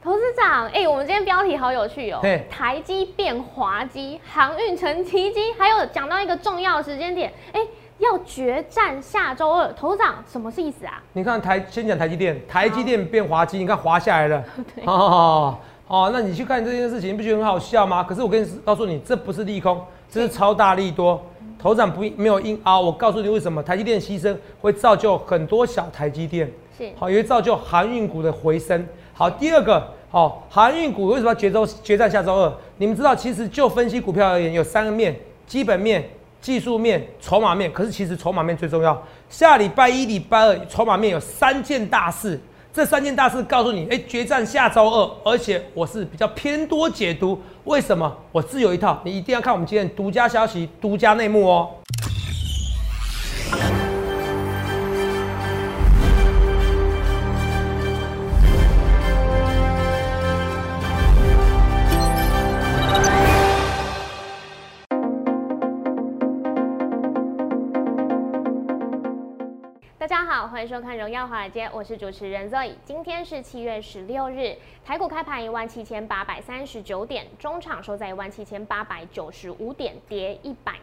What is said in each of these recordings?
投资长，我们今天标题好有趣哦，台积变华基，航运成奇迹，还有讲到一个重要的时间点，要决战下周二，投资长什么是意思啊？ 你看先讲台积电，台积电变华基，你看滑下来了，那你去看这件事情，你不觉得很好笑吗？可是我告诉你，这不是利空，这是超大利多。头长没有硬凹，我告诉你为什么，台积电牺牲会造就很多小台积电，也会造就航运股的回升。好，第二个，航运股为什么要决战下周二？你们知道，其实就分析股票而言，有3个面：基本面、技术面、筹码面。可是其实筹码面最重要。下礼拜一、礼拜二，筹码面有3件大事。这3件大事告诉你，决战下周二，而且我是比较偏多解读。为什么？我自有一套，你一定要看我们今天独家消息、独家内幕哦。 大家好，欢迎收看《荣耀华尔街》，我是主持人 Zoe。今天是7月16日，台股开盘17839点，中场收在17895点，跌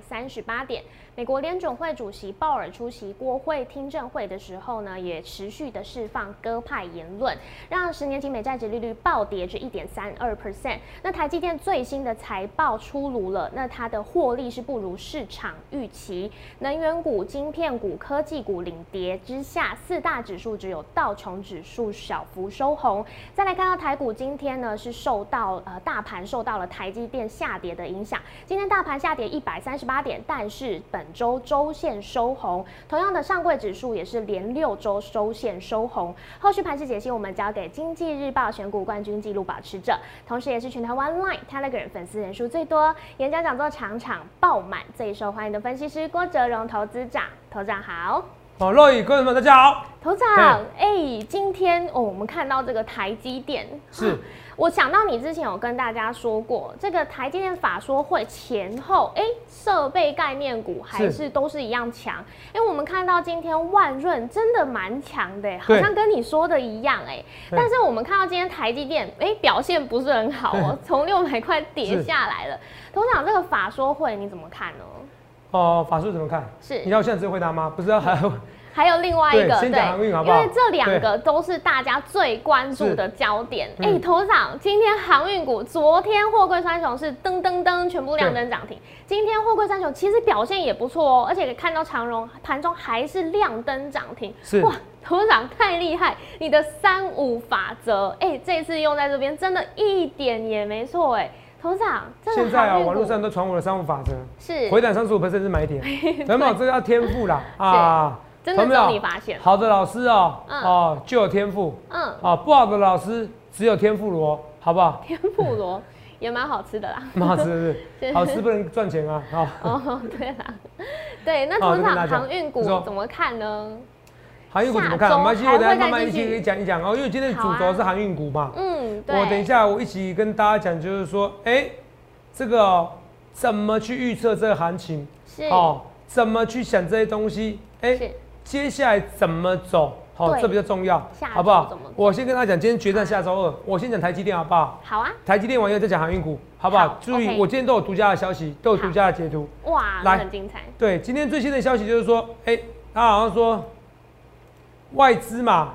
138点。美国联准会主席鲍尔出席国会听证会的时候呢，也持续的释放鸽派言论，让10年期美债殖利率暴跌至1.32%。那台积电最新的财报出炉了，那它的获利是不如市场预期，能源股、晶片股、科技股领跌之下，4大指数只有道琼指数小幅收红。再来看到台股，今天呢是受到大盘受到了台积电下跌的影响，今天大盘下跌138点，但是本周周线收红。同样的，上柜指数也是连6周周线收红。后续盘势解析，我们交给经济日报选股冠军纪录保持者，同时也是全台湾 Line、Telegram 粉丝人数最多、演讲讲座场场爆满、最受欢迎的分析师郭哲荣投资长。投资长好。 若雨，各位们大家好。 头长，今天我们看到这个台积电， 是我想到你之前有跟大家说过，这个台积电法说会前后，设备概念股还是都是一样强。我们看到今天万润真的蛮强的，好像跟你说的一样，但是我们看到今天台积电，表现不是很好哦，从600块跌下来了。头长，这个法说会你怎么看呢？ 法说怎么看？ 是， 你要现在直接回答吗？不是， 还有另外一个， 先讲航运好不好？ 因为这2个都是大家最关注的焦点。头长，今天航运股，昨天货柜三雄是噔噔噔全部亮灯涨停，今天货柜三雄其实表现也不错哦，而且看到长荣盘中还是亮灯涨停，哇！头长太厉害，你的3-5法则，这次用在这边真的一点也没错，头长， 现在网络上都传我的3-5法则， 是回档35%是买点，有没有？这个要天赋啦啊！ 真的只有你发现， 好的老师就有天赋，不好的老师只有天妇罗，好不好？ 天妇罗也蛮好吃的啦， 蛮好吃的，好吃不能赚钱啊！ 对啦，对，那头长航运股怎么看呢？ 航运股怎么看？我们我等一下慢慢一起讲一讲哦，因为今天的主轴是航运股嘛。 对。 我等一下我一起跟大家讲，就是说，这个怎么去预测这个行情？是。怎么去想这些东西？接下来怎么走？这比较重要，好不好？我先跟大家讲，今天决战下周二，我先讲台积电好不好？ 好啊。 台积电完以后再讲航运股，好不好？注意，我今天都有独家的消息，都有独家的截图。 哇，那很精彩。 对，今天最新的消息就是说，他好像说。外资嘛，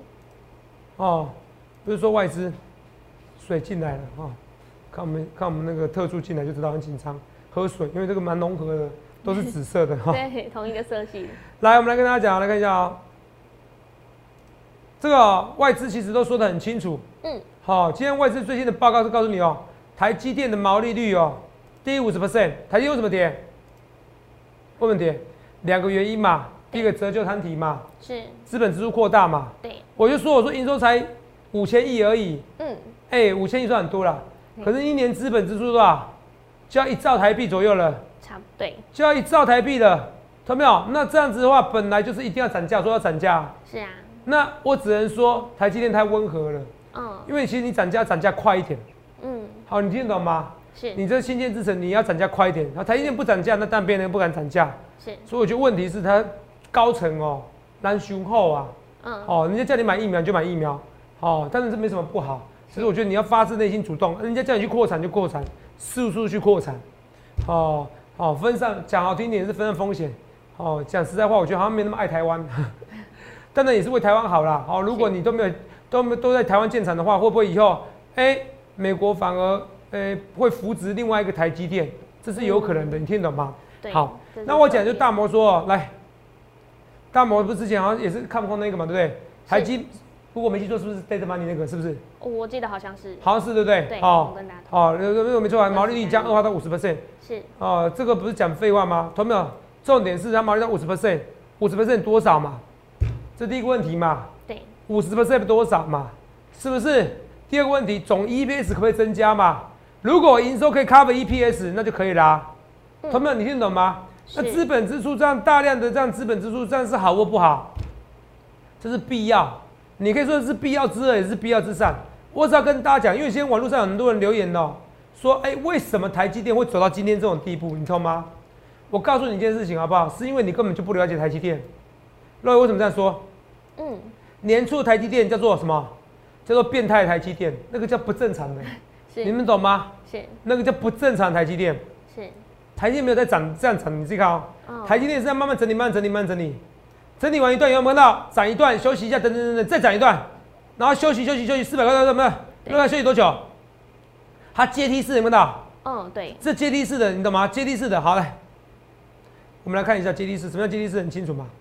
不是说外资水进来了看我们那个特助进来就知道很紧张，喝水，因为这个蛮融合的，都是紫色的对，同一个色系。 来，我们来跟大家讲，来看一下这个外资其实都说得很清楚，今天外资最新的报告是告诉你台积电的毛利率低50%，台积电为什么跌？为什么跌？2个原因嘛。第一个折旧摊提嘛，是资本支出扩大嘛，对，我说营收才5000亿而已，5000亿算很多了，可是1年资本支出多少？就要1兆台币左右了， 对， 就要1兆台币了，看到没有？那这样子的话，本来就是一定要涨价，说要涨价， 是啊， 那我只能说台积电太温和了，因为其实你涨价快一点，好，你听得懂吗？是，你这新建制程你要涨价快一点，然后台积电不涨价，那当然别人不敢涨价，是，所以我觉得问题是它。高层难雄厚啊，人家叫你买疫苗你就买疫苗，但是这没什么不好， 所以我觉得你要发自内心主动，人家叫你去扩产就扩产，速速去扩产，分散讲好听一点是分散风险，讲实在话，我觉得好像没那么爱台湾，当然也是为台湾好啦。如果你都在台湾建厂的话，会不会以后美国反而会扶植另外一个台积电？这是有可能的，你听懂吗？好，那我讲就大摩说，来，大摩不是之前好像也是看空那个嘛，对不对？台积，如果没记错，是不是 Data Money 那个？是不是？ 我记得好像是， 对不对？ 对， 没错，毛利率降2%到50%， 是， 这个不是讲废话吗？同没有？重点是它毛利率到50%多少嘛？这第一个问题嘛。 对 ，50% 多少嘛？是不是？第二个问题，总 EPS 可不可以增加嘛？如果营收可以 cover EPS， 那就可以啦。同没有？你听懂吗？那资本支出这样大量的这样资本支出，这样是好或不好？这是必要，你可以说是必要之恶，也是必要之善。我只要跟大家讲，因为现在网络上有很多人留言说为什么台积电会走到今天这种地步？你知道吗？我告诉你一件事情好不好？是因为你根本就不了解台积电。各位为什么这样说？年初台积电叫做什么？叫做变态台积电，那个叫不正常的。你们懂吗？ 是。 那个叫不正常台积电。 是。 台积电没有在涨，这样涨，你自己看台积电是在慢慢整理，慢慢整理，慢慢整理。整理完一段，有没有看到？涨一段，休息一下，等，再涨一段，然后休息400块，有没有？大概休息多久？它阶梯式，有没有看到？ 对。 这阶梯式的，你懂吗？阶梯式的，好来，我们来看一下阶梯式，什么叫阶梯式？很清楚吗？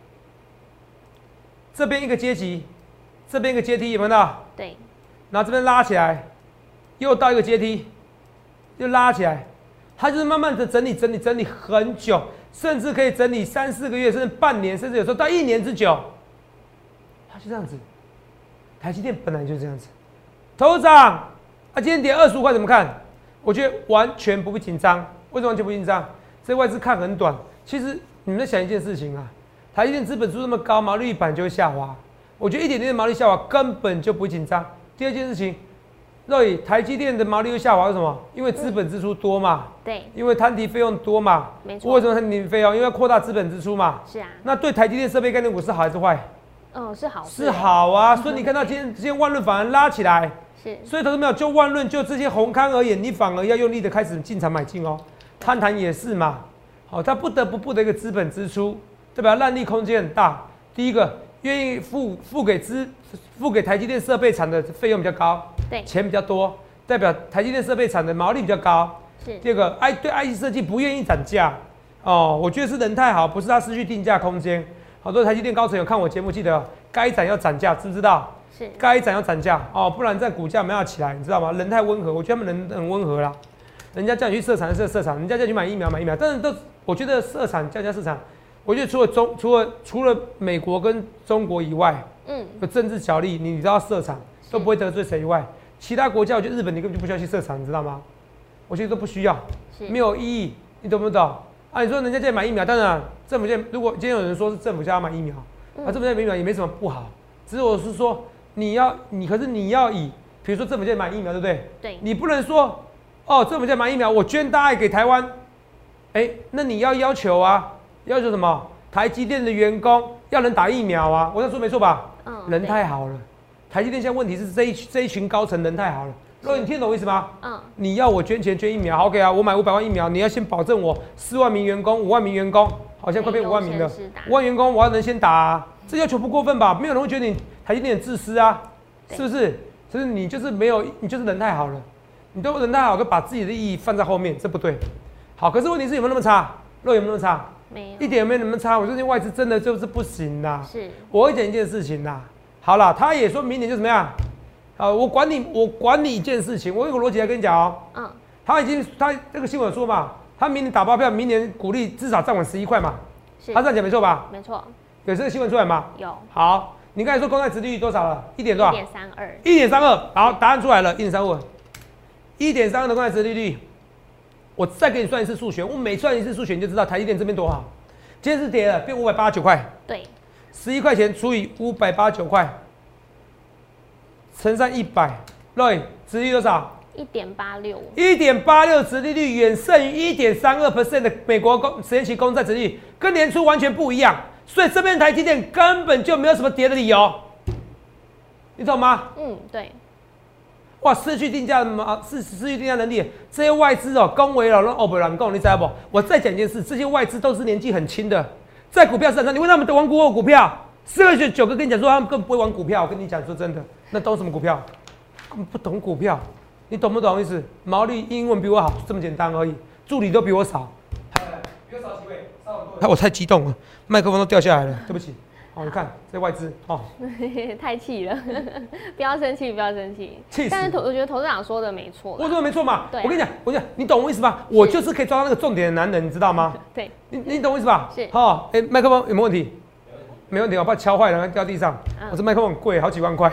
这边一个阶级，这边一个阶梯，有没有看到？ 对。 然后这边拉起来，又到一个阶梯，又拉起来，它就是慢慢的整理很久。甚至可以整理3、4个月，甚至半年，甚至有时候到1年之久，它就这样子。台积电本来就是这样子。头涨，今天跌25块，怎么看？我觉得完全不会紧张。为什么完全不紧张？这外资看很短。其实你们在想一件事情啊，台积电资本支出那么高，毛利率本来就会下滑。我觉得一点点的毛利下滑根本就不会紧张。第二件事情。台积电的毛利率下滑是什么？因为资本支出多嘛。 对。 因为摊提费用多嘛。 没错。 为什么摊提费用？因为要扩大资本支出嘛。 是啊。 那对台积电设备概念股是好还是坏？ 是好。 是好啊，所以你看到今天万润反而拉起来。 是。 所以投资没有就万润就这些红刊而言，你反而要用力的开始进场买进哦。摊谈也是嘛。它不得不的一个资本支出，代表让利空间很大。第一个，愿意付给台积电设备厂的费用比较高。 对， 钱比较多，代表台积电设备厂的毛利比较高。 是。 第二个，对 IC 设计不愿意涨价，我觉得是人太好，不是他失去定价空间。好多台积电高层有看我节目，记得该涨要涨价，知不知道？ 是。该涨要涨价不然这股价没有起来，你知道吗？人太温和，我觉得他们人很温和啦。人家叫你去设厂设厂，人家叫你去买疫苗买疫苗，但是我觉得设厂叫人家设厂，我觉得除了美国跟中国以外，有政治角力，你都要设厂，都不会得罪谁以外。其他国家，我觉得日本你根本就不需要去设厂，你知道吗？我觉得都不需要，没有意义，你懂不懂？你说人家在买疫苗，当然政府如果今天有人说是政府叫他买疫苗，政府在买疫苗也没什么不好，只是我是说可是你要以，比如说政府在买疫苗，对不对？ 对。你不能说政府在买疫苗，我捐大爱给台湾，那你要求啊，要求什么？台积电的员工要能打疫苗啊，我这样说没错吧？人太好了。台积电现在问题是这一群高层人太好了。如果你听懂我意思吗？你要我捐钱捐疫苗 ，OK 啊，我买500万疫苗，你要先保证我4万名员工、5万名员工，好像快变5万名了。5万员工我要能先打啊，这要求不过分吧？没有人会觉得你台积电很自私啊，是不是？就是你就是没有，你就是人太好了，你都人太好，就把自己的利益放在后面，这不对。好，可是问题是有没有那么差？有没有那么差？ 没有， 一点也没有那么差。我最近外资真的就是不行啦。 是， 我会讲一件事情啦。好了，他也说明年就怎么样？我管你一件事情，我有个逻辑来跟你讲哦。他这个新闻说嘛，他明年打包票，明年股利至少站稳11块嘛。是，他这样讲没错吧？ 没错。 有这个新闻出来吗？ 有。 好，你刚才说公债殖利率多少了？1点多少 ？1.32。 1.32。好，答案出来了，1.35。1.32的公债殖利率，我再给你算一次数学，我每算一次数学你就知道台积电这边多好。今天是跌了，变589块。 对。 11块钱除以589块，乘上100，对，殖利率多少 ？1.86。 1.86殖利率远胜于1.32% 的美国10年期公债殖利率，跟年初完全不一样。所以这边台积电根本就没有什么跌的理由，你懂吗？ 对。 哇，失去定价能力，这些外资哦，恭维了，那不然讲，你知道不？我再讲一件事，这些外资都是年纪很轻的，在股票市场上，你问他们玩过股票，9个跟你讲说他们根本不会玩股票，我跟你讲说真的，那懂什么股票？根本不懂股票，你懂不懂意思？毛利英文比我好，这么简单而已，助理都比我少，比我少几位，少很多。我太激动了，麦克风都掉下来了，对不起。哦，你看这外资哦， 太气了，不要生气，不要生气。 气死！ 但是我觉得投资长说的没错。 我说的没错嘛。 对、啊。 我跟你讲，你懂我意思吧？我就是可以抓到那个重点的男人，你知道吗？ 对。 你懂我意思吧？ 是。 好，麦克风有没有问题？没问题，我怕敲坏了掉地上。我这麦克风很贵，好几万块。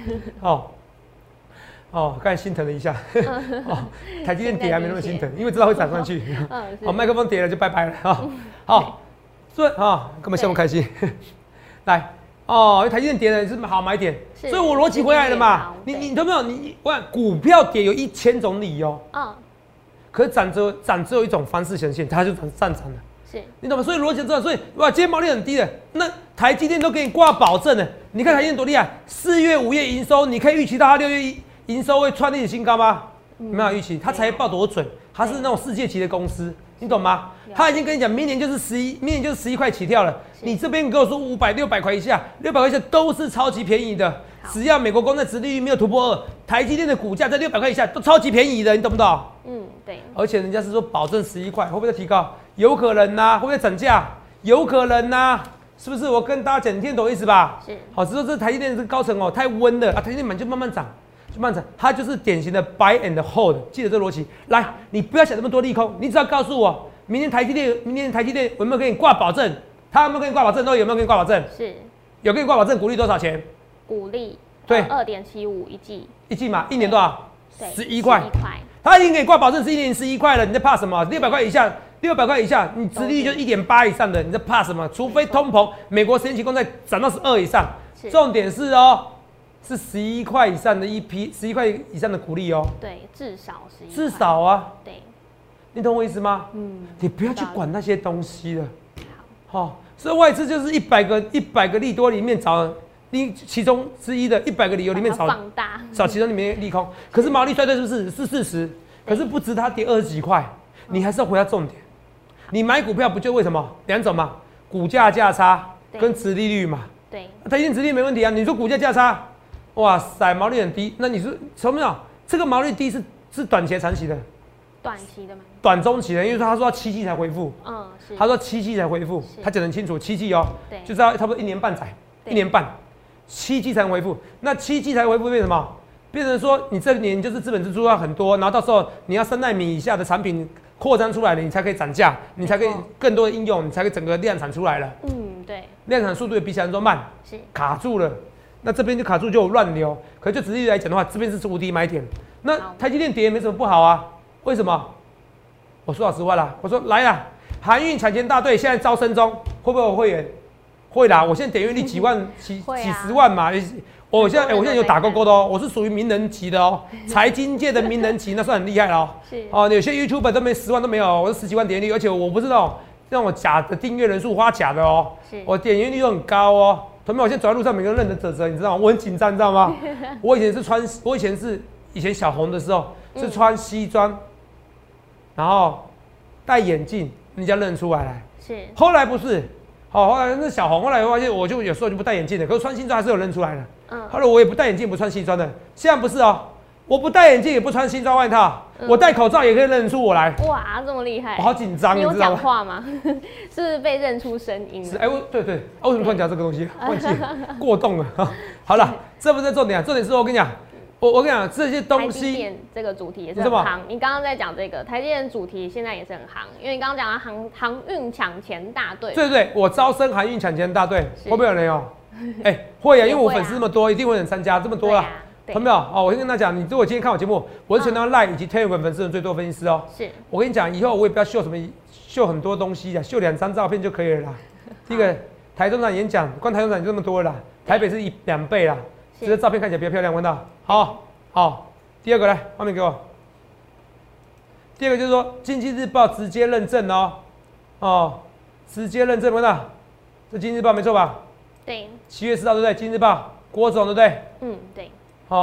哦，刚才心疼了一下。哦，台积电跌还没那么心疼，因为知道会涨上去。好，麦克风跌了就拜拜了啊。好，所以啊，根本笑不开心。来哦，因为台积电跌了也是好买点，所以我逻辑回来了嘛。你懂没有？我看股票跌有1000种理由，可是涨只有一种方式呈现，它就上涨了。是，你懂吗？所以逻辑知道，所以哇，今天毛利很低的，那台积电都给你挂保证了。你看台积电多厉害，4月、5月营收，你可以预期到它6月营收会创历史新高吗？没有预期，它财报多准，它是那种世界级的公司。你懂吗？他已经跟你讲，明年就是11块起跳了。你这边跟我说500、600块以下，600块以下都是超级便宜的。只要美国公债殖利率没有突破2，台积电的股价在600块以下都超级便宜的，你懂不懂？ 对。而且人家是说保证11块，会不会再提高？有可能呐、会不会涨价？有可能呐、是不是？我跟大家讲，你听懂意思吧？是。好，只是说这台积电这个高层哦太温了啊，台积电就慢慢涨。它就是典型的 buy and hold， 记得这个逻辑。来，你不要想这么多利空，你只要告诉我，明年台积电有没有给你挂保证？他有没有给你挂保证？都有没有给你挂保证？是，有给你挂保证，股利多少钱？ 股利对 2.75一季， 一季嘛，一年多少？11块。 11块。 他已经给你挂保证是1年11块了，你在怕什么？600块以下，600块以下，你殖利率就1.8以上的，你在怕什么？除非通膨，美国10年期公债涨到12以上。重点是哦。是11块以上的一批，11块以上的股利哦。对， 至少11。 至少啊。 对， 你懂我意思吗？你不要去管那些东西了。好，所以外资就是100个利多里面找其中之一的100个理由里面找其中里面利空。可是毛利衰退是不是40？可是不值它跌20几块，你还是要回到重点。你买股票不就为什么2种嘛？股价价差跟殖利率嘛。对，台积电殖利率没问题啊。你说股价价差。哇塞，毛利很低，那你是什么样？这个毛利低是短期、长期的？ 短期的吗？ 短中期的，因为他说他7季才恢复。是。他说7季才恢复，他讲得很清楚，7季哦，对，就是要差不多1年半载，1年半，7季才能恢复。那7季才恢复，为什么？变成说你这年就是资本支出要很多，然后到时候你要3奈米以下的产品扩张出来了，你才可以涨价，你才可以更多的应用，你才可以整个量产出来了。 对。量产速度也比想象中慢，是卡住了。那这边就卡住就有乱流，可是就殖利率来讲的话，这边是无敌买点。那台积电跌也没什么不好啊，为什么？我说老实话啦，我说来啦，航运抢钱大队现在招生中，会不会有会员？会啦，我现在点阅率几万、几十万嘛。我现在有打勾勾的哦，我是属于名人级的哦，财经界的名人级，那算很厉害了哦。是哦，有些 YouTuber 都没10万都没有，我是10几万点阅率，而且我不是那种假的订阅人数花假的哦，我点阅率都很高哦。同学们，我现在走在路上，每个人认得泽，你知道吗？我很紧张，你知道吗？我以前小红的时候是穿西装，然后戴眼镜，人家认出来了。是。后来不是，后来那小红，后来我发现我就有时候就不戴眼镜的，可是穿西装还是有认出来的。后来我也不戴眼镜，不穿西装的。现在不是哦，我不戴眼镜也不穿西装外套，我戴口罩也可以认出我来。 哇，这么厉害！ 我好紧张， 你有讲话吗？是不是被认出声音了？ 是，对，为什么突然讲这个东西？忘记了，过动了。好了，这不是重点啊，重点是我跟你讲，我跟你讲这些东西。台积电这个主题也是很夯。你刚刚在讲这个台积电主题，现在也是很夯，因为你刚刚讲到航运抢钱大队。 对，我招生航运抢钱大队，会不会有人有？会啊，因为我粉丝那么多，一定会有人参加，这么多啦。有没有？我先跟他讲，你如果今天看我节目，我是全台 LINE 以及 Telegram 粉丝的最多分析师哦。是。我跟你讲，以后我也不要秀很多东西啊，秀2张照片就可以了啦。第一个，台中场演讲，光台中场就这么多了啦，台北是2倍啦，只是照片看起来比较漂亮，闻到？好。第二个来，画面给我。第二个就是说，经济日报直接认证哦，直接认证，闻到？这经济日报没错吧？对。7月4号对不对？经济日报，郭总对不对？对。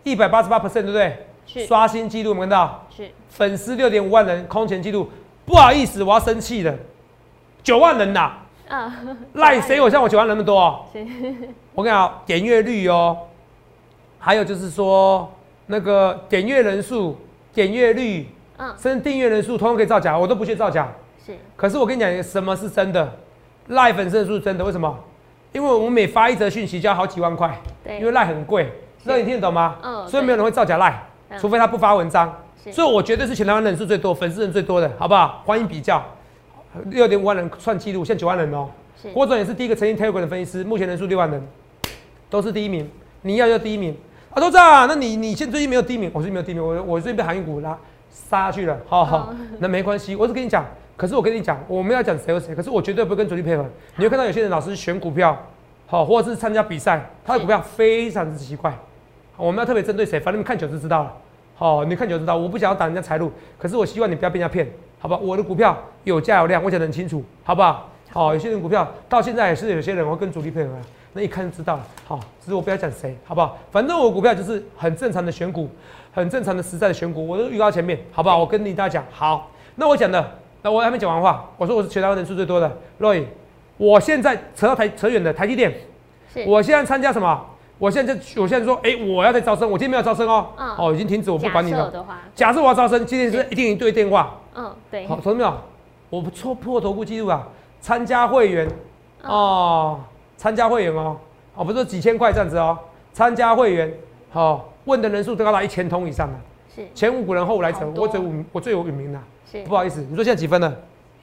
188%，对不对？ 是刷新纪录，有没有看到？ 是粉丝6.5万人，空前纪录。不好意思，我要生气了，9万人呐、赖谁有像我9万人那么多、哦？ 是我跟你讲，点阅率哦，还有就是说那个点阅人数、点阅率，甚至订阅人数，通通可以造假，我都不屑造假。 是， 可是我跟你讲，什么是真的？赖粉丝人数是真的，为什么？因为我们每发一则讯息就要好几万块， 对， 因为赖很贵，这你听得懂吗？所以没有人会造假赖，除非他不发文章。所以我绝对是全台湾人数最多、粉丝人最多的，好不好？欢迎比较，6.5万人创纪录，现在9万人哦。郭总也是第一个曾经 Telegram 的分析师，目前人数6万人，都是第一名。你要就第一名啊，都这样。那你现在最近没有第一名，我是没有第一名，我最近被航运股杀下去了，好，那没关系。我是跟你讲，可是我跟你讲，我们要讲谁和谁，可是我绝对不会跟主力配合。你会看到有些人老师选股票，好，或者是参加比赛，他的股票非常之奇怪。我们要特别针对谁，反正你看久就知道了。哦，你看久知道，我不想要挡人家财路，可是我希望你不要被人家骗，好吧？我的股票有价有量，我讲得很清楚，好不好？好，有些人股票到现在也是有些人会跟主力配合，那一看就知道了。好，只是我不要讲谁，好不好？反正我股票就是很正常的选股，很正常的实在的选股，我都预告前面，好不好？我跟大家讲，好，那我讲的，那我还没讲完话，我说我是全台湾人数最多的 Roy， 我现在扯远的台积电，我现在参加什么？我现在说，我要再招生，我今天没有招生哦，已经停止，我不管你了。假设我要招生，今天是一定一对电话， 对， 好，投资没有？我破投顾记录啊，参加会员参加会员不是几千块这样子哦，参加会员，问的人数都高达1000通以上的，是前5股人后5来者，我最有名的，不好意思，你说现在几分了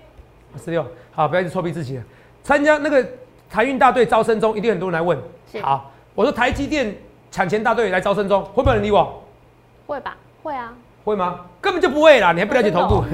？16，好，不要一直臭屁自己了。参加那个台运大队招生中，一定很多人来问，好。我说台积电抢钱大队来招生中，会不会有人理我？ 会吧，会啊。 会吗？根本就不会啦，你还不了解投顾。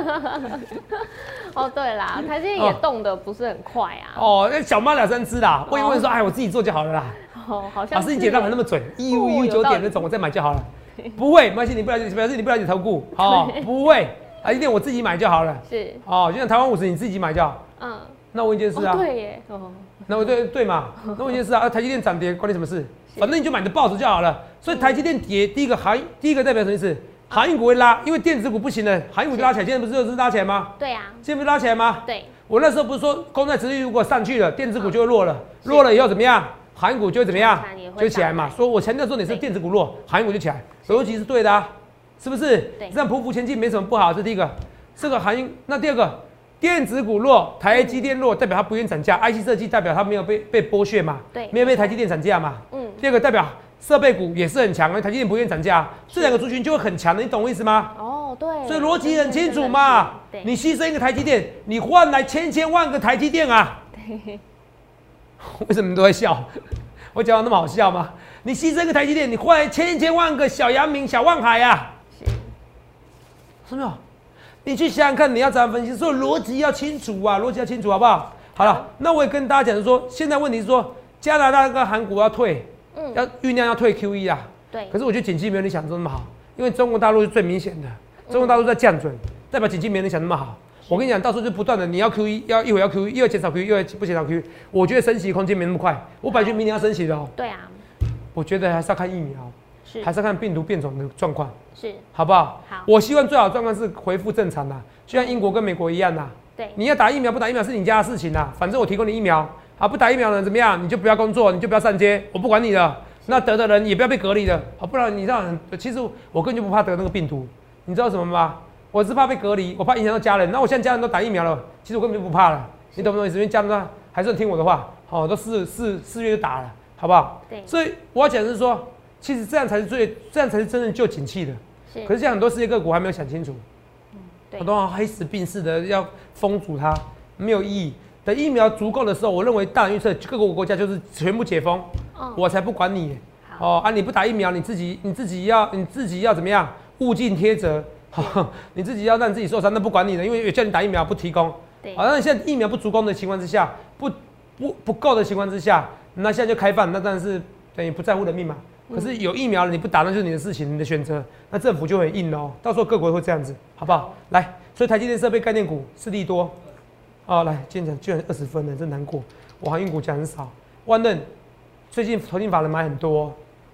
哦，对啦，台积电也动得不是很快啊。 那小猫2、3只啦，问一问说，我自己做就好了啦。 好像是。 老师，你解答得那么准，1519点那种，我再买就好了。不会，没关系，表示你不了解投顾，不会，台积电我自己买就好了。 是。 就像台湾50，你自己买就好。那我问一件事啊。 对耶。 那我对嘛？那我一件事啊，台积电涨跌关你什么事？反正你就买你的报纸就好了。所以台积电跌，第一个代表什么意思？航运股会拉，因为电子股不行了，航运股就拉起来。今天不是就是拉起来吗？ 对啊。 今天不是拉起来吗？ 对。 我那时候不是说公债殖利率如果上去了，电子股就会弱了，弱了以后怎么样？航运股就会怎么样？就起来嘛。所以我强调重点是电子股弱，航运股就起来，逻辑是对的啊，是不是？这样匍匐前进没什么不好，这第一个。这个航运，那第二个。电子股弱，台积电弱，代表它不愿涨价。IC 设计代表它没有被剥削嘛，对，没有被台积电涨价嘛。第二个代表设备股也是很强，台积电不愿意涨价，这2个族群就会很强的，你懂我意思吗？ 对。 所以逻辑很清楚嘛。你牺牲一个台积电，你换来千万个台积电啊。对。为什么你都会笑？我讲的那么好笑吗？你牺牲一个台积电，你换来千万个小阳明、小万海啊。是。是没有？你去想想看，你要怎样分析？所以逻辑要清楚啊，逻辑要清楚，好不好？好了，那我也跟大家讲说，现在问题是说，加拿大跟韩国要退，要酝酿要退 QE 啊。对。可是我觉得景气没有你想的那么好，因为中国大陆是最明显的，中国大陆在降准，代表景气没有你想那么好。我跟你讲，到时候就不断的你要 QE，一会要 QE，又要减少 QE，又要不减少 QE。我觉得升息空间没那么快，我本来觉得明年要升息的哦。 对啊。我觉得还是要看疫苗。还是要看病毒变种的状况， 是好不好？好，我希望最好的状况是恢复正常的，就像英国跟美国一样啦。对，你要打疫苗不打疫苗是你家的事情啦，反正我提供你疫苗，不打疫苗的人怎么样？你就不要工作，你就不要上街，我不管你的。那得的人也不要被隔离的，不然你这样，其实我根本就不怕得那个病毒，你知道什么吗？我是怕被隔离，我怕影响到家人。那我现在家人都打疫苗了，其实我根本就不怕了，你懂不懂意思？因为家人还是很听我的话，都4月就打了，好不好？对，所以我要讲的是说。其实这样才是真正救景气的。可是现在很多世界各国还没有想清楚，很多黑死病似的要封堵它，没有意义。等疫苗足够的时候，我认为大胆预测各个国家就是全部解封，我才不管你。你不打疫苗，你自己要怎么样？物尽贴责，你自己要让自己受伤，那不管你的，因为叫你打疫苗不提供。那现在疫苗不足够的情况之下，不够的情况之下，那现在就开放，那当然是等于不在乎人命嘛。可是有疫苗了，你不打那就是你的事情，你的选择。那政府就很硬哦，到时候各国会这样子，好不好？来，所以台积电设备概念股是利多。来，今天讲居然20分了，真难过。我航运股讲很少。万润最近投信法人买很多，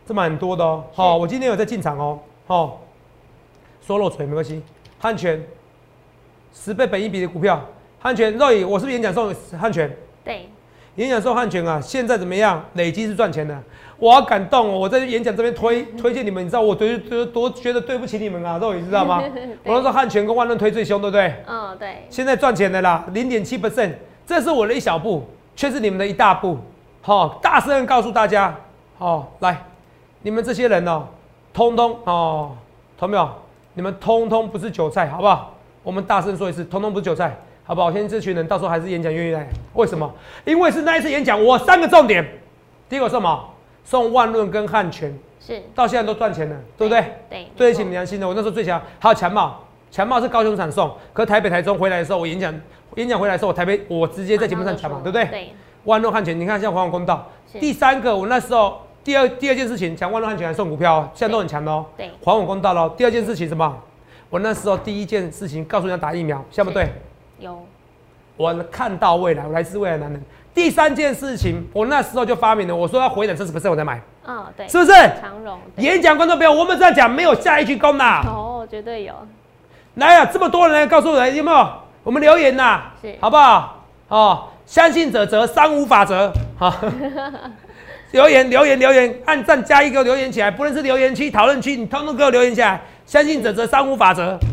这蛮多的哦。好，我今天有在进场哦。好，说漏嘴没关系。汉泉10倍本益比的股票，汉泉肉眼，我是不是演讲送汉泉？ 对， 演讲送汉泉啊，现在怎么样？累积是赚钱的。我好感动哦！我在演讲这边推荐你们，你知道我多觉得对不起你们啊，肉眼知道吗？我那时候汉泉跟万润推最凶，对不对？ 嗯，对。 现在赚钱的啦，0.7%，这是我的一小步，却是你们的一大步。好，大声告诉大家，好，来，你们这些人哦，通通哦，懂没有？你们通通不是韭菜，好不好？我们大声说一次，通通不是韭菜，好不好？现在这群人到时候还是演讲愿意来，为什么？因为是那一次演讲，我3个重点，第一个什么？送万润跟汉泉， 是到现在都赚钱了，对不对？ 对， 对得起你良心的。我那时候最强，还有强茂，强茂是高雄产送，可台北、台中回来的时候，我演讲回来的时候，我台北我直接在节目上讲嘛，对不对？对。万润汉泉，你看像华永公道。第3个，我那时候第二件事情，讲万润汉泉还送股票，现在都很强的哦。对。华永公道喽。第2件事情什么？我那时候第1件事情告诉人家打疫苗，像不对？有。我看到未来，我来自未来男人。第3件事情，我那时候就发明了，我说要回档30%我才买。嗯，对，是不是？长荣演讲观众朋友，我们这样讲没有下一句功啦。 哦，绝对有。 来啊，这么多人来告诉人，有没有？我们留言呐，是，好不好？哦，相信者则3无法则。好，留言，按赞加1给我留言起来，不论是留言区、讨论区，你通通给我留言下来。相信者则3无法则，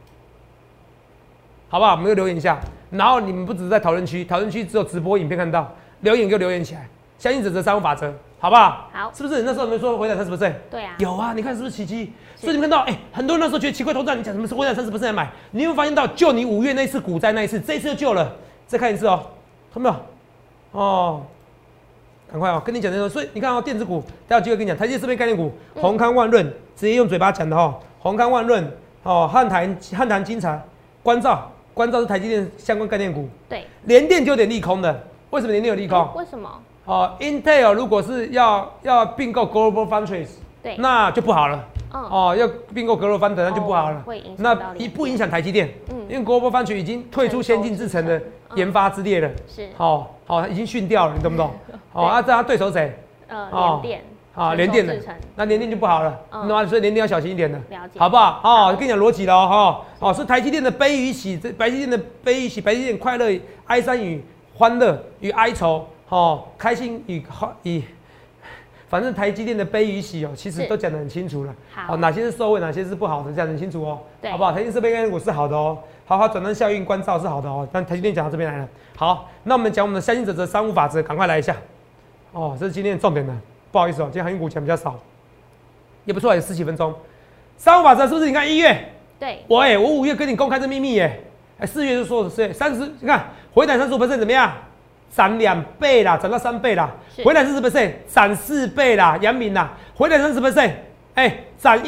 好不好？我们就留言一下。然后你们不只是在讨论区，讨论区只有直播影片看到，留言给我留言起来。相信者则3无法则，好不好？好，是不是？那时候你们说回档30%？对啊，有啊，你看是不是奇迹？所以你们看到，很多人那时候觉得奇怪，投资人你讲什么是回档30%来买？你有没有发现到，就你5月那一次股灾那一次，这一次就救了。再看一次哦，看到没有？哦，赶快哦，跟你讲的。所以你看哦，电子股，待会有机会跟你讲，台积电概念股，宏康万润，直接用嘴巴讲的哦，宏康万润，哦，汉唐精材，关照是台积电相关概念股。对，联电就有点利空的，为什么联电有利空？ 为什么？ Intel 如果是要并购 Global Foundries， 对，那就不好了。要并购 Global Foundries 那就不好了。会影响到那不影响台积电？因为 Global Foundries 已经退出先进制程的研发之列了。是。已经训掉了，你懂不懂？这他对手谁？联电。联电的，那联电就不好了，所以联电要小心一点的，好不好？跟你讲逻辑了是台积电的悲与喜，台积电的悲与喜，台积电快乐、哀伤与欢乐与哀愁，开心与反正台积电的悲与喜其实都讲得很清楚了。好，哪些是受惠，哪些是不好的，讲得很清楚哦，好不好？台积电设备概念股是好的哦，好转单效应关照是好的哦，但台积电讲到这边来了。好，那我们讲我们的相信者则3无法则，赶快来一下。这是今天的重点了。不好意思今天航运股讲比较少，也不错，也10几分钟。3无法则是不是？你看1月，对，我5月跟你公开这秘密耶，4月就说的是30，你看回档35%怎么样？涨2倍啦，涨到3倍啦，回档40%，涨4倍啦，阳明啦，回档30%，涨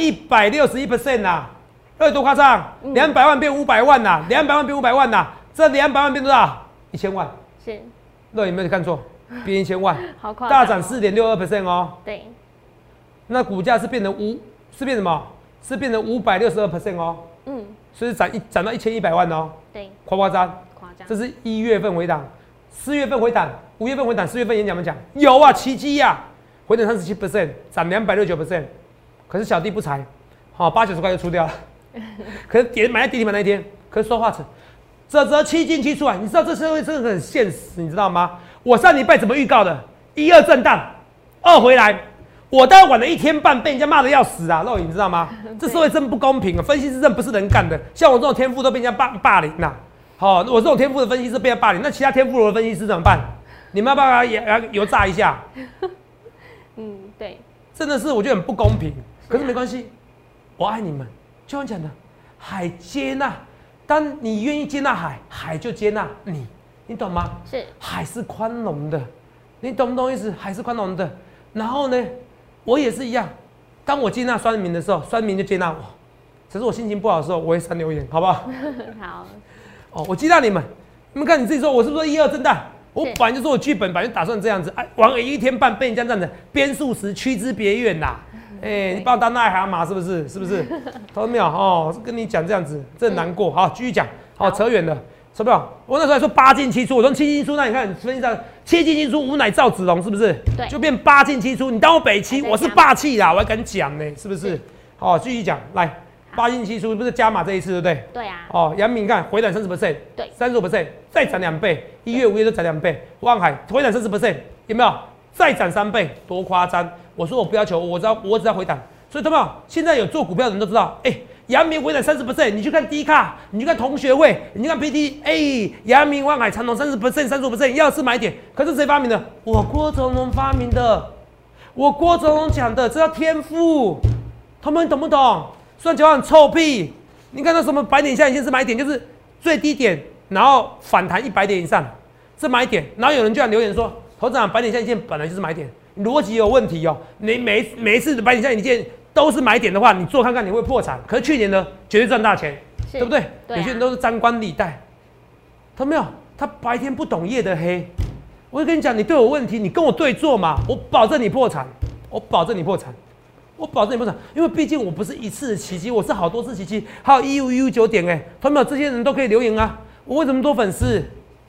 161%啦，多夸张！200万变500万啦，200万变500万啦，这200万变多少？1000万。是，那有没有看错？变1000万，好夸张，大涨4.62%哦。对，那股价是变成变什么？是变成562% 哦。所以涨到1100万哦。对，夸张。这是1月份回档，4月份回档，5月份回档，4月份演讲我们讲有啊，奇迹呀，回档37%，涨269%。可是小弟不才，890块就出掉了。可是买在跌停板那一天，可是说话则7进7出啊，你知道这社会真的很现实，你知道吗？我上礼拜怎么预告的？1、2震荡，2回来，我大概晚了1天半，被人家骂得要死啊！肉眼你知道吗？这社会真不公平啊！分析师真不是人干的，像我这种天赋都被人家霸凌呐。我这种天赋的分析师被人家霸凌，那其他天赋的分析师怎么办？你们要不要也油炸一下？对，真的是我觉得很不公平。可是没关系，我爱你们，就像讲的，海接纳，当你愿意接纳海，海就接纳你。你懂吗？是，海是宽容的，你懂不懂意思？海是宽容的。然后呢，我也是一样，当我接纳酸民的时候，酸民就接纳我。只是我心情不好的时候，我会删留言，好不好？好。我接纳你们，你们看你自己说，我是不是1、2震荡？我本来就说我剧本本来就打算这样子，玩了1天半被人家这样子编数时驱之别院啦。你把我当癞蛤蟆是不是？是不是？看到没有？跟你讲这样子，这很难过。好，继续讲。好，扯远了。 是不是？我那时候还说8进7出，我说7进7出，那你看分析上7进7出无奶赵子龙是不是？ 对， 就变8进7出。你当我北七，我是霸气啦，我还敢讲呢，是不是？好，继续讲，来8进7出，不是加码这一次对不对？ 对啊。 哦，阳明看回档30%，对，35%，再涨2倍，1月、5月都涨2倍。万海回档30%，有没有？再涨3倍，多夸张！我说我不要求，我只要回档。所以同学们，现在有做股票的人都知道，阳明回档30%，你去看低卡，你去看同学会，你去看 PT，阳明、万海、长荣30%、35%，要是买点。可是谁发明的？我郭成龙发明的，我郭成龙讲的，这叫天赋。他们懂不懂？虽然讲话很臭屁，你看到什么100点以下已经是买点，就是最低点，然后反弹100点以上，是买点。然后有人居然留言说，头涨100点以下一件本来就是买点，逻辑有问题哦。你每一次的100点以下一件都是买点的话，你做看看你会破产。可是去年呢，绝对赚大钱，对不对？有些人都是张冠李戴，他没有，他白天不懂夜的黑。我就跟你讲，你对我问题，你跟我对做嘛，我保证你破产，我保证你破产，我保证你破产。因为毕竟我不是一次的奇迹，我是好多次奇迹，还有159点他们有这些人都可以留言啊。我为什么多粉丝？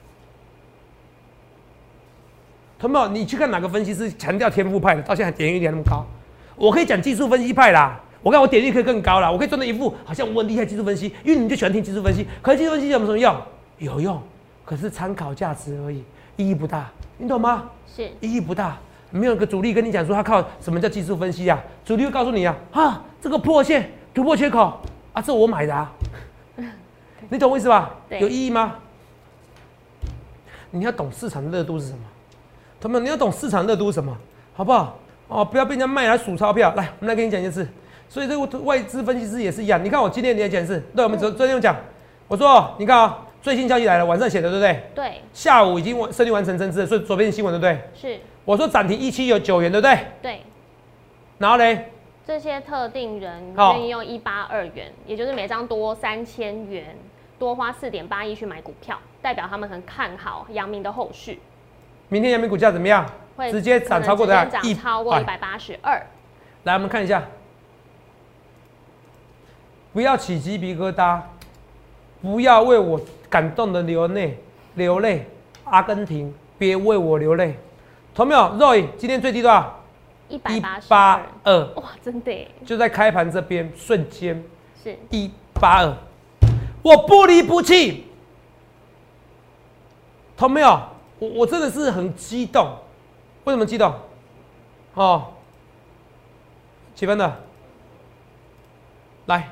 同学们，你去看哪个分析师强调天赋派的，到现在点击率那么高？我可以讲技术分析派啦，我看我点击率可以更高啦，我可以装的一副好像我很厉害技术分析，因为你们就喜欢听技术分析。可是技术分析有什么用？有用，可是参考价值而已，意义不大，你懂吗？ 是， 意义不大。没有个主力跟你讲说他靠什么叫技术分析啊？主力会告诉你这个破线突破缺口啊，这我买的啊，你懂我意思吧？有意义吗？你要懂市场热度是什么，同学们，你要懂市场热度是什么，好不好？不要被人家卖来数钞票。来，我们来跟你讲一件事。所以这个外资分析师也是一样。你看我今天你也讲是，对，我们昨天有讲，我说你看最新消息来了，晚上写的对不对？ 对。 下午已经胜利完成增资了，所以昨天新闻对不对？ 是。 我说涨停17.9元，对不对？ 对。 然后呢？ 这些特定人愿意用182元，也就是每张多3000元，多花4.8亿去买股票，代表他们很看好阳明的后续。明天阳明股价怎么样？直接涨超过的涨超过182。 来，我们看一下，不要起鸡皮疙瘩，不要为我感动的流泪。阿根廷，别为我流泪。同没有 ？Roy 今天最低多少 ？182。哇，真的耶！ 就在开盘这边瞬间是 182，我不离不弃。同没有？我真的是很激动。为什么激动？几分的？来，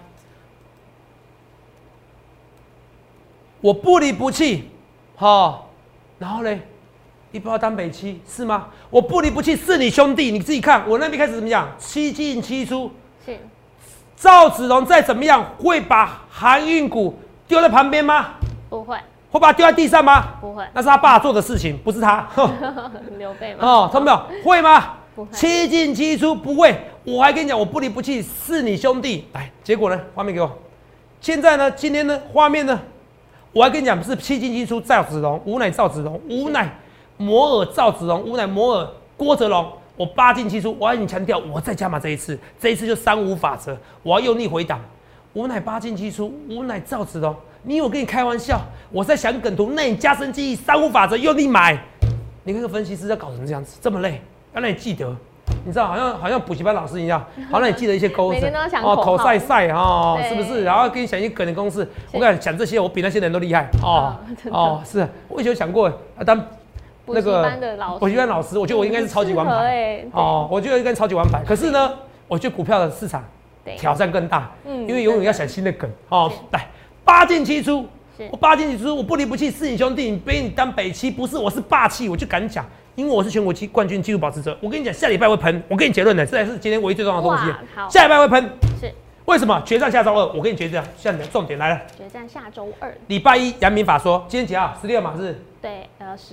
我不离不弃，然后呢，你不要当北七是吗？我不离不弃是你兄弟，你自己看，我那边开始怎么样？7进7出，是赵子龙再怎么样会把航运股丢在旁边吗？ 不会。 会把它丢在地上吗？ 不会， 那是他爸做的事情，不是他。 刘备吗？ 看到没有？会吗？ 不会。 7进7出不会。我还跟你讲，我不离不弃，是你兄弟。来，结果呢？画面给我。现在呢？今天呢？画面呢？我还跟你讲，不是7进7出赵子龙，无乃赵子龙，无乃摩尔赵子龙，无乃摩尔郭哲龙。我8进7出，我要跟你强调，我再加码这一次就3-5法则，我要用力回档。无乃8进7出，无乃赵子龙。你以为我跟你开玩笑？我在想梗图，那你加深记忆，3-5法则用力买。你看个分析师要搞成这样子，这么累，要让你记得，你知道，好像补习班老师一样，好让你记得一些勾声， 口赛是不是？然后跟你讲一些梗的公式，我跟你讲这些，我比那些人都厉害是。我以前有想过当那个补习班老师，我觉得我应该是超级王牌我觉得应该是超级王牌。可是呢，我觉得股票的市场挑战更大，因为永远要想新的梗来。8进7出，我8进7出，我不离不弃，是你兄弟，你背你当北七，不是我是霸气，我就敢讲，因为我是全国冠军纪录保持者。我跟你讲，下礼拜会喷，我给你结论的，这才是今天唯一最重要的东西。下礼拜会喷，是为什么？决战下周2，我跟你决战，下你的重点来了。决战下周2，礼拜1阳明法说，今天几号？16嘛是？对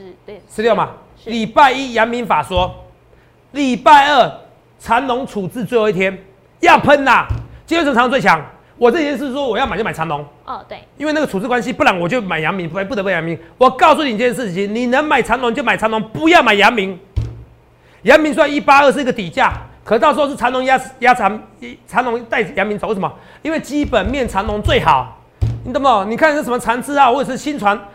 ，16嘛。礼拜1阳明法说，礼拜2长荣处置最后一天，要喷啦！今天是长荣最强。我这件事说我要买就买长荣对，因为那个处置关系，不然我就买阳明，不得不阳明。我告诉你一件事情，你能买长荣就买长荣，不要买阳明。阳明虽然182是一个底价，可到时候是长荣压长荣带阳明走，为什么？因为基本面长荣最好，你懂不懂？你看是什么长治啊，或者是新传，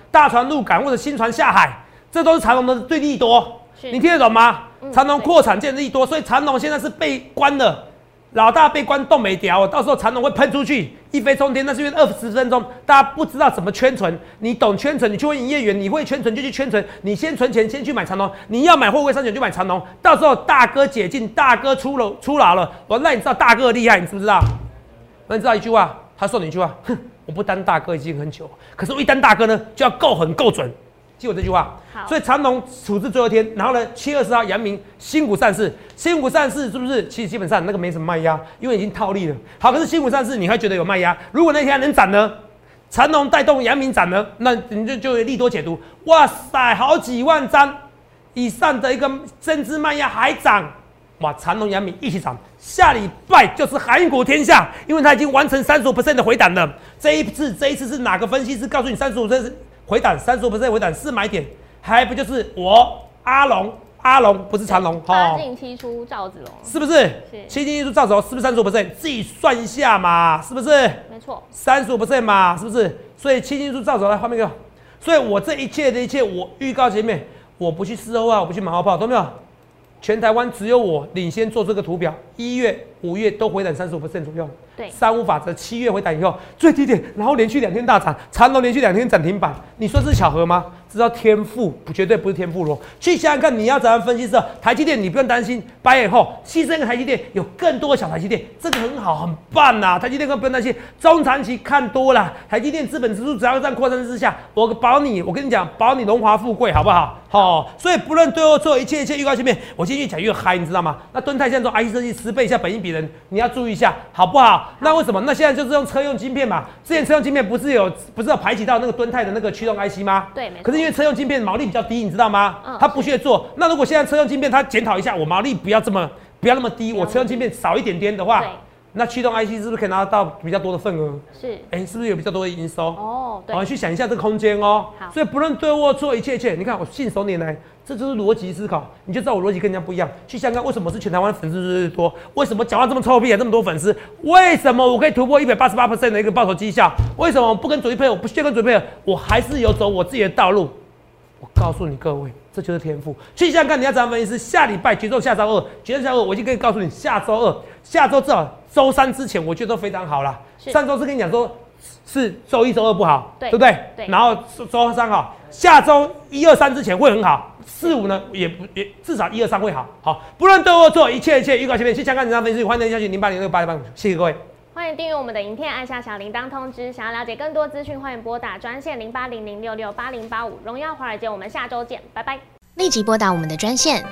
大船入港或者新船下海，这都是长荣的最利多。你听得懂吗？长荣扩产见利多，所以长荣现在是被关了。老大被关冻没掉，到时候长荣会喷出去，一飞冲天。那是因为20分钟，大家不知道怎么圈存。你懂圈存，你去问营业员，你会圈存就去圈存。你先存钱，先去买长荣。你要买货柜三险就买长荣。到时候大哥解禁，大哥出牢了，那你知道大哥的厉害，你知不知道？那你知道一句话，他说你一句话，哼，我不当大哥已经很久，可是我一当大哥呢，就要够狠够准。记我这句话。所以长荣处置最后一天，然后呢，7月20号阳明新股上市，新股上市是不是？其实基本上那个没什么卖压，因为已经套利了。好，可是新股上市你会觉得有卖压。如果那天还能涨呢，长荣带动阳明涨呢，那你就利多解读。哇塞，好几万张以上的一个增资卖压还涨，哇，长荣、阳明一起涨。下礼拜就是韩国天下，因为它已经完成35%的回档了。这一次是哪个分析师告诉你35%？回档35%回档是买点，还不就是我阿龙不是长龙， 八进七出赵子龙， 是不是？是7进7出赵子龙是不是35%？自己算一下嘛，是不是？ 没错 ，35%嘛，是不是？所以7进7出赵子龙来画面给我。所以我这一切的一切，我预告前面，我不去事后啊，我不去马后炮，懂没有？全台湾只有我领先做这个图表，1月、5月都回档35%左右。 对 ，35法则，7月回档以后最低点，然后连续2天大涨，长荣连续2天涨停板，你说是巧合吗？这叫天赋，绝对不是天赋咯。去想想看，你要怎样分析之后，台积电你不用担心，8月后牺牲一个台积电，有更多的小台积电，这个很好，很棒呐、台积电更不用担心，中长期看多啦，台积电资本指数只要在扩张之下，我跟你讲，保你荣华富贵，好不好？好，所以不论对或错，一切预告前面，我今天越讲越嗨，你知道吗？那敦泰现在做 IC 设计10倍以下本益比人，你要注意一下，好不好？那为什么？那现在就是用车用晶片嘛。之前车用晶片不是有排挤到那个敦泰的那个驱动 IC 吗？ 对，没错。 可是因为车用晶片毛利比较低，你知道吗？他不屑做。那如果现在车用晶片，他检讨一下，我毛利不要那么低，我车用晶片少一点点的话。那驱动 IC 是不是可以拿到比较多的份额？是，是不是有比较多的营收？哦，对，去想一下这个空间哦。好，所以不论对或错，一切，你看我信手拈来，这就是逻辑思考，你就知道我逻辑跟人家不一样。去想想为什么是全台湾粉丝最多？为什么讲话这么臭屁，这么多粉丝？为什么我可以突破188%的一个报酬绩效？为什么我不跟主力配合？我不屑跟主力配合，我还是有走我自己的道路。我告诉你各位，这就是天赋。去想想看，你要怎样分析师？下礼拜决斗下周二，我已经可以告诉你，下周至少周3之前，我觉得都非常好啦。上周是跟你讲说，是周1、周2不好，对不对？对。然后周3好，下周1、2、3之前会很好，4、5呢也至少1、2、3会好。好，不论对或错，一切预告前面。去想看你要分析师，欢迎下去08068885，谢谢各位。 欢迎订阅我们的影片，按下小铃铛通知。想要了解更多资讯，欢迎拨打专线0800668085。荣耀华尔街，我们下周见，拜拜。 立即拨打我们的专线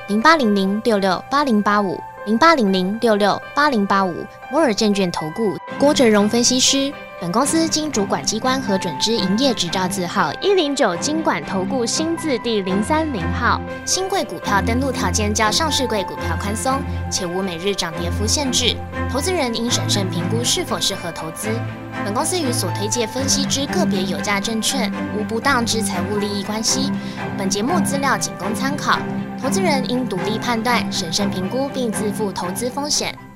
0800668085，0800668085。摩尔证券投顾郭哲荣分析师。本公司经主管机关核准之营业执照字号109金管投顾新字第030号。新贵股票登录条件较上市贵股票宽松，且无每日涨跌幅限制。投资人应审慎评估是否适合投资。本公司与所推介分析之个别有价证券无不当之财务利益关系。本节目资料仅供参考，投资人应独立判断、审慎评估并自负投资风险。